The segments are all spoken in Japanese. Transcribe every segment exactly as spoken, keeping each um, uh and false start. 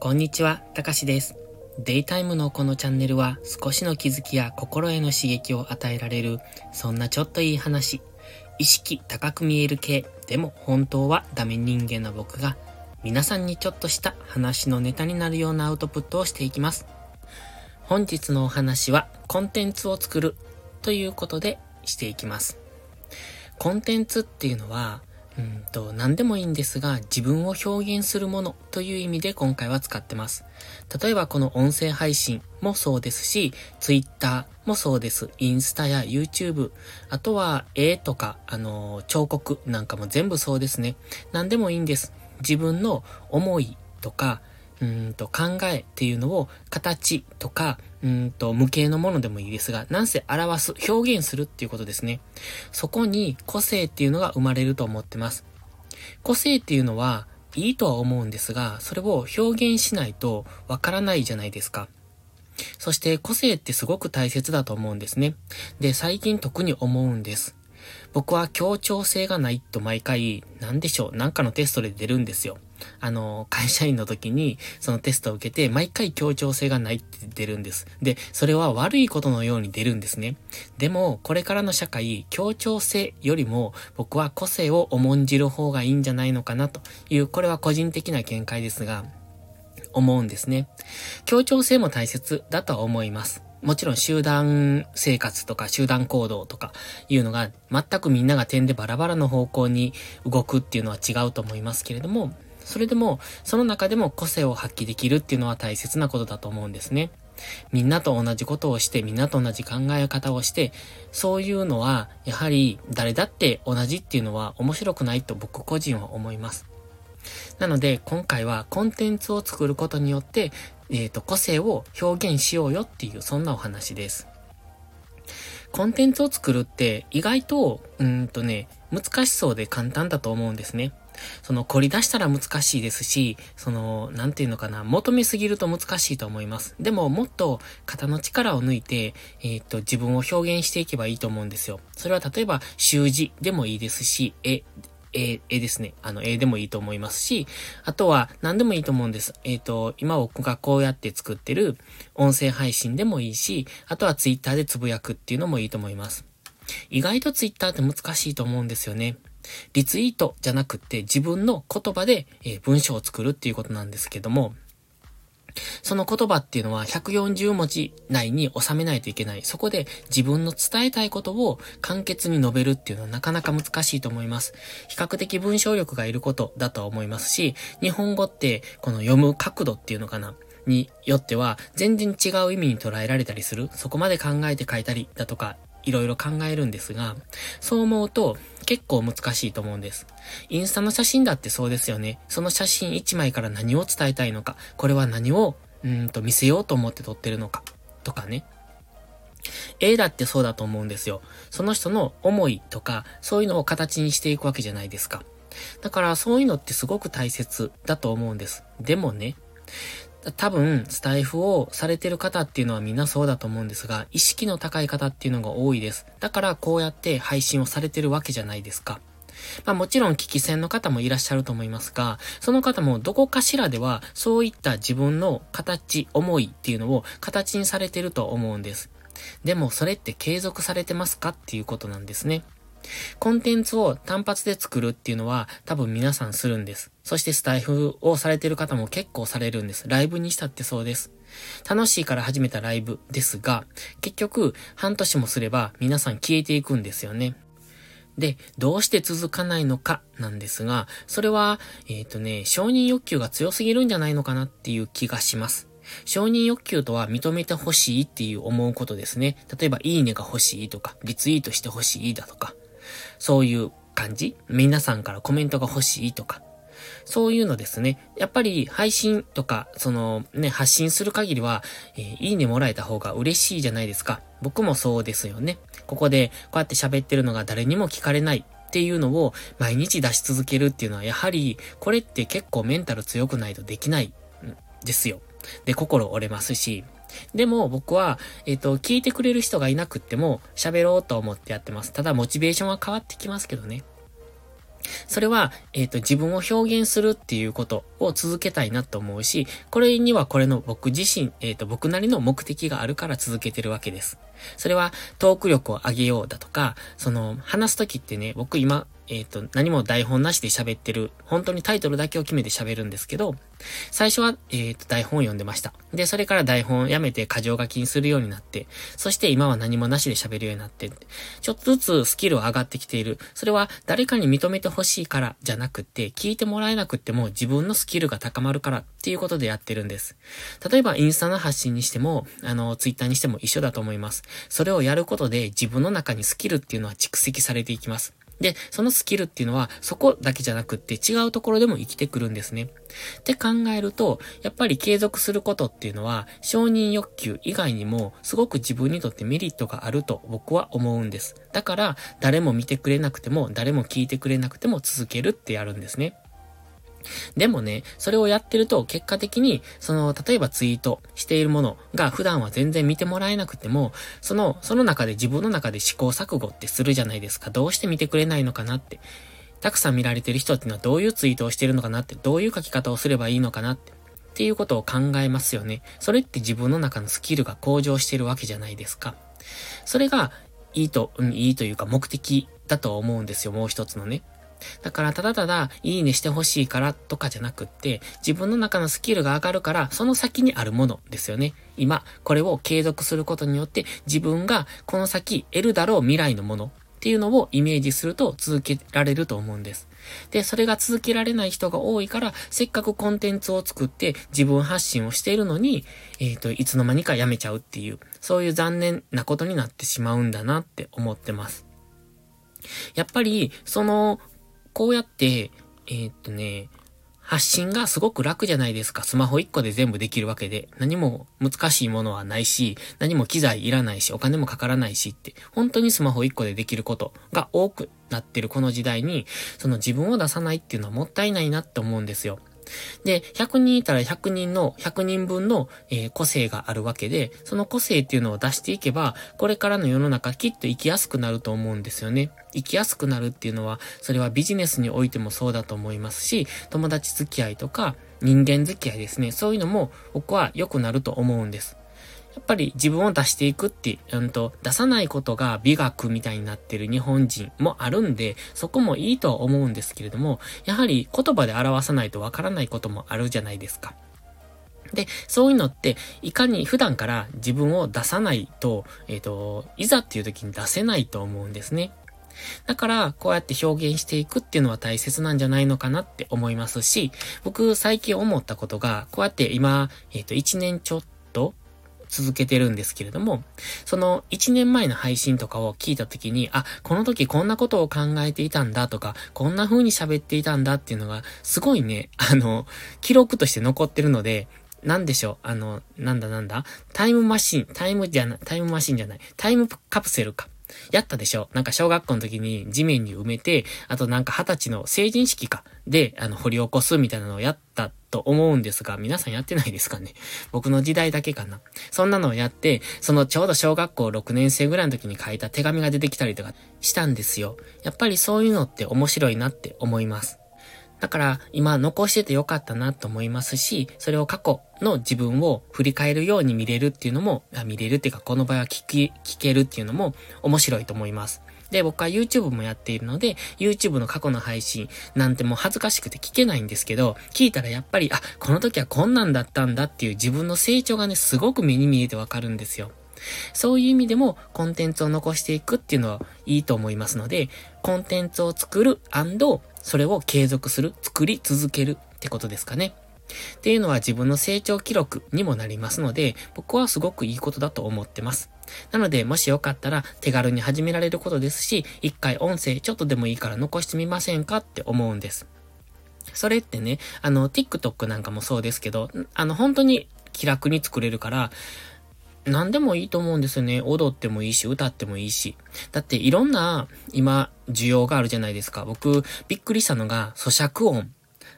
こんにちは、たかしです。デイタイムのこのチャンネルは少しの気づきや心への刺激を与えられる、そんなちょっといい話、意識高く見える系、でも本当はダメ人間の僕が皆さんにちょっとした話のネタになるようなアウトプットをしていきます。本日のお話はコンテンツを作るということでしていきます。コンテンツっていうのはうんと何でもいいんですが、自分を表現するものという意味で今回は使ってます。例えばこの音声配信もそうですし、Twitter もそうです。インスタや YouTube、あとは絵とか、あのー、彫刻なんかも全部そうですね。何でもいいんです。自分の思いとか、うーんと考えっていうのを形とか、うーんと無形のものでもいいですが、なんせ表す、表現するっていうことですね。そこに個性っていうのが生まれると思ってます。個性っていうのはいいとは思うんですが、それを表現しないとわからないじゃないですか。そして個性ってすごく大切だと思うんですね。で、最近特に思うんです。僕は協調性がないと毎回、なんでしょう、なんかのテストで出るんですよ。あの、会社員の時にそのテストを受けて、毎回協調性がないって出るんです。で、それは悪いことのように出るんですね。でも、これからの社会、協調性よりも、僕は個性を重んじる方がいいんじゃないのかなという、これは個人的な見解ですが、思うんですね。協調性も大切だとは思います。もちろん集団生活とか集団行動とかいうのが全くみんなが点でバラバラの方向に動くっていうのは違うと思いますけれども、それでもその中でも個性を発揮できるっていうのは大切なことだと思うんですね。みんなと同じことをして、みんなと同じ考え方をして、そういうのはやはり誰だって同じっていうのは面白くないと僕個人は思います。なので今回はコンテンツを作ることによってえっと、個性を表現しようよっていう、そんなお話です。コンテンツを作るって意外と、うーんとね、難しそうで簡単だと思うんですね。その凝り出したら難しいですし、その、なんていうのかな、求めすぎると難しいと思います。でももっと肩の力を抜いて、えっと、自分を表現していけばいいと思うんですよ。それは例えば習字でもいいですし、絵、絵、絵ですね。あの、絵でもいいと思いますし、あとは何でもいいと思うんです。えっと、今僕がこうやって作ってる音声配信でもいいし、あとはツイッターでつぶやくっていうのもいいと思います。意外とツイッターって難しいと思うんですよね。リツイートじゃなくって自分の言葉で、えー文章を作るっていうことなんですけども、その言葉っていうのはひゃくよんじゅうもじ内に収めないといけない。そこで自分の伝えたいことを簡潔に述べるっていうのはなかなか難しいと思います。比較的文章力がいることだとは思いますし、日本語ってこの読む角度っていうのかなによっては全然違う意味に捉えられたりする。そこまで考えて書いたりだとか、いろいろ考えるんですが、そう思うと結構難しいと思うんです。インスタの写真だってそうですよね。その写真いちまいから何を伝えたいのか、これは何をうーんと見せようと思って撮ってるのか、とかね。絵だってそうだと思うんですよ。その人の思いとか、そういうのを形にしていくわけじゃないですか。だからそういうのってすごく大切だと思うんです。でもね、多分、スタイフをされてる方っていうのはみんなそうだと思うんですが、意識の高い方っていうのが多いです。だからこうやって配信をされてるわけじゃないですか。まあもちろん聞き戦の方もいらっしゃると思いますが、その方もどこかしらではそういった自分の形、思いっていうのを形にされてると思うんです。でもそれって継続されてますかっていうことなんですね。コンテンツを単発で作るっていうのは多分皆さんするんです。そしてスタイフをされてる方も結構されるんです。ライブにしたってそうです。楽しいから始めたライブですが、結局半年もすれば皆さん消えていくんですよね。で、どうして続かないのかなんですが、それは、えっとね、承認欲求が強すぎるんじゃないのかなっていう気がします。承認欲求とは認めてほしいっていう思うことですね。例えば、いいねが欲しいとか、リツイートしてほしいだとか、そういう感じ？皆さんからコメントが欲しいとか。そういうのですね。やっぱり配信とか、そのね、発信する限りは、えーいいねもらえた方が嬉しいじゃないですか。僕もそうですよね。ここでこうやって喋ってるのが誰にも聞かれないっていうのを毎日出し続けるっていうのは、やはりこれって結構メンタル強くないとできないんですよ。で、心折れますし。でも僕は、えっと、聞いてくれる人がいなくっても喋ろうと思ってやってます。ただモチベーションは変わってきますけどね。 それは、えっと、自分を表現するっていうことを続けたいなと思うし、これにはこれの僕自身、えっと、僕なりの目的があるから続けてるわけです。それは、トーク力を上げようだとか、その、話すときってね、僕今、えっと、何も台本なしで喋ってる。本当にタイトルだけを決めて喋るんですけど、最初は、えっと、台本を読んでました。で、それから台本をやめて箇条書きにするようになって、そして今は何もなしで喋るようになって、ちょっとずつスキルは上がってきている。それは誰かに認めてほしいからじゃなくて、聞いてもらえなくっても自分のスキルが高まるからっていうことでやってるんです。例えばインスタの発信にしても、あの、ツイッターにしても一緒だと思います。それをやることで自分の中にスキルっていうのは蓄積されていきます。で、そのスキルっていうのはそこだけじゃなくって違うところでも生きてくるんですね。って考えると、やっぱり継続することっていうのは承認欲求以外にもすごく自分にとってメリットがあると僕は思うんです。だから誰も見てくれなくても誰も聞いてくれなくても続けるってやるんですね。でもね、それをやってると結果的に、その、例えばツイートしているものが普段は全然見てもらえなくても、その、その中で自分の中で試行錯誤ってするじゃないですか。どうして見てくれないのかなって。たくさん見られてる人っていうのはどういうツイートをしてるのかなって、どういう書き方をすればいいのかなって。っていうことを考えますよね。それって自分の中のスキルが向上してるわけじゃないですか。それがいいと、うん、いいというか目的だと思うんですよ。もう一つのね。だからただただいいねしてほしいからとかじゃなくって、自分の中のスキルが上がるからその先にあるものですよね。今これを継続することによって自分がこの先得るだろう未来のものっていうのをイメージすると続けられると思うんです。で、それが続けられない人が多いから、せっかくコンテンツを作って自分発信をしているのに、えっと、いつの間にかやめちゃうっていう、そういう残念なことになってしまうんだなって思ってます。やっぱり、その、こうやって、えー、っとね、発信がすごく楽じゃないですか。スマホいっこで全部できるわけで。何も難しいものはないし、何も機材いらないし、お金もかからないしって、本当にスマホいっこでできることが多くなってるこの時代に、その自分を出さないっていうのはもったいないなって思うんですよ。で、ひゃくにんいたらひゃくにんの、ひゃくにんぶんの、えー、個性があるわけで、その個性っていうのを出していけば、これからの世の中きっと生きやすくなると思うんですよね。生きやすくなるっていうのは、それはビジネスにおいてもそうだと思いますし、友達付き合いとか、人間付き合いですね。そういうのも僕は良くなると思うんです。やっぱり自分を出していくって、うんと、出さないことが美学みたいになってる日本人もあるんで、そこもいいとは思うんですけれども、やはり言葉で表さないとわからないこともあるじゃないですか。で、そういうのって、いかに普段から自分を出さないと、えっと、いざっていう時に出せないと思うんですね。だから、こうやって表現していくっていうのは大切なんじゃないのかなって思いますし、僕最近思ったことが、こうやって今、えっと、いちねんちょっと、続けてるんですけれども、そのいちねんまえの配信とかを聞いたときに、あ、この時こんなことを考えていたんだとか、こんな風に喋っていたんだっていうのが、すごいね、あの、記録として残ってるので、なんでしょう、あの、なんだなんだ、タイムマシン、タイムじゃない、タイムマシンじゃない、タイムカプセルか。やったでしょ。なんか小学校の時に地面に埋めて、あとなんか二十歳の成人式か。で、あの、掘り起こすみたいなのをやったと思うんですが、皆さんやってないですかね。僕の時代だけかな。そんなのをやって、そのちょうど小学校ろくねん生ぐらいの時に書いた手紙が出てきたりとかしたんですよ。やっぱりそういうのって面白いなって思います。だから今残しててよかったなと思いますし、それを過去の自分を振り返るように見れるっていうのも、見れるっていうかこの場合は聞き、聞けるっていうのも面白いと思います。で、僕は YouTube もやっているので、YouTube の過去の配信なんてもう恥ずかしくて聞けないんですけど、聞いたらやっぱり、あ、この時はこんなんだったんだっていう自分の成長がね、すごく目に見えてわかるんですよ。そういう意味でもコンテンツを残していくっていうのはいいと思いますので、コンテンツを作る&それを継続する、作り続けるってことですかね。っていうのは自分の成長記録にもなりますので、僕はすごくいいことだと思ってます。なので、もしよかったら手軽に始められることですし、一回音声ちょっとでもいいから残してみませんかって思うんです。それってね、あの、TikTok なんかもそうですけど、あの、本当に気楽に作れるから、何でもいいと思うんですよね。踊ってもいいし、歌ってもいいし。だっていろんな今、需要があるじゃないですか。僕、びっくりしたのが、咀嚼音。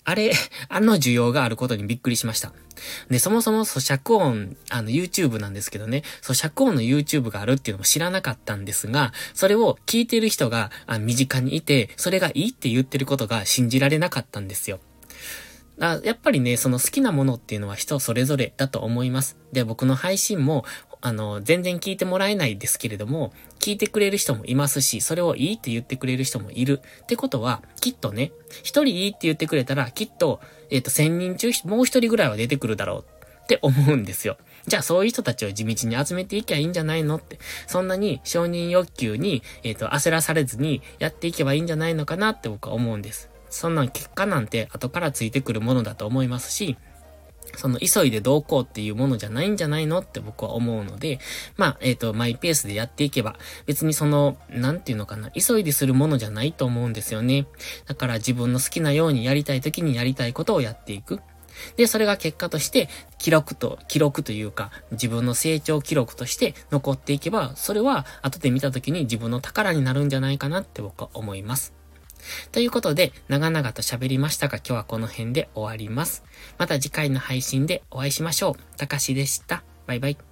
あれ、あの需要があることにびっくりしました。で、そもそも咀嚼音、あの YouTube なんですけどね、咀嚼音の YouTube があるっていうのも知らなかったんですが、それを聞いてる人があ身近にいて、それがいいって言ってることが信じられなかったんですよ。あ、やっぱりね、その好きなものっていうのは人それぞれだと思います。で、僕の配信も、あの、全然聞いてもらえないですけれども、聞いてくれる人もいますし、それをいいって言ってくれる人もいる。ってことは、きっとね、一人いいって言ってくれたら、きっと、えっと、千人中、もう一人ぐらいは出てくるだろうって思うんですよ。じゃあそういう人たちを地道に集めていけばいいんじゃないのって。そんなに承認欲求に、えっと、焦らされずにやっていけばいいんじゃないのかなって僕は思うんです。そんなん結果なんて後からついてくるものだと思いますし、その急いでどうこうっていうものじゃないんじゃないのって僕は思うので、まあ、えっと、マイペースでやっていけば、別にその、なんていうのかな、急いでするものじゃないと思うんですよね。だから自分の好きなようにやりたい時にやりたいことをやっていく。で、それが結果として、記録と、記録というか、自分の成長記録として残っていけば、それは後で見た時に自分の宝になるんじゃないかなって僕は思います。ということで、長々と喋りましたが、今日はこの辺で終わります。また次回の配信でお会いしましょう。たかしでした。バイバイ。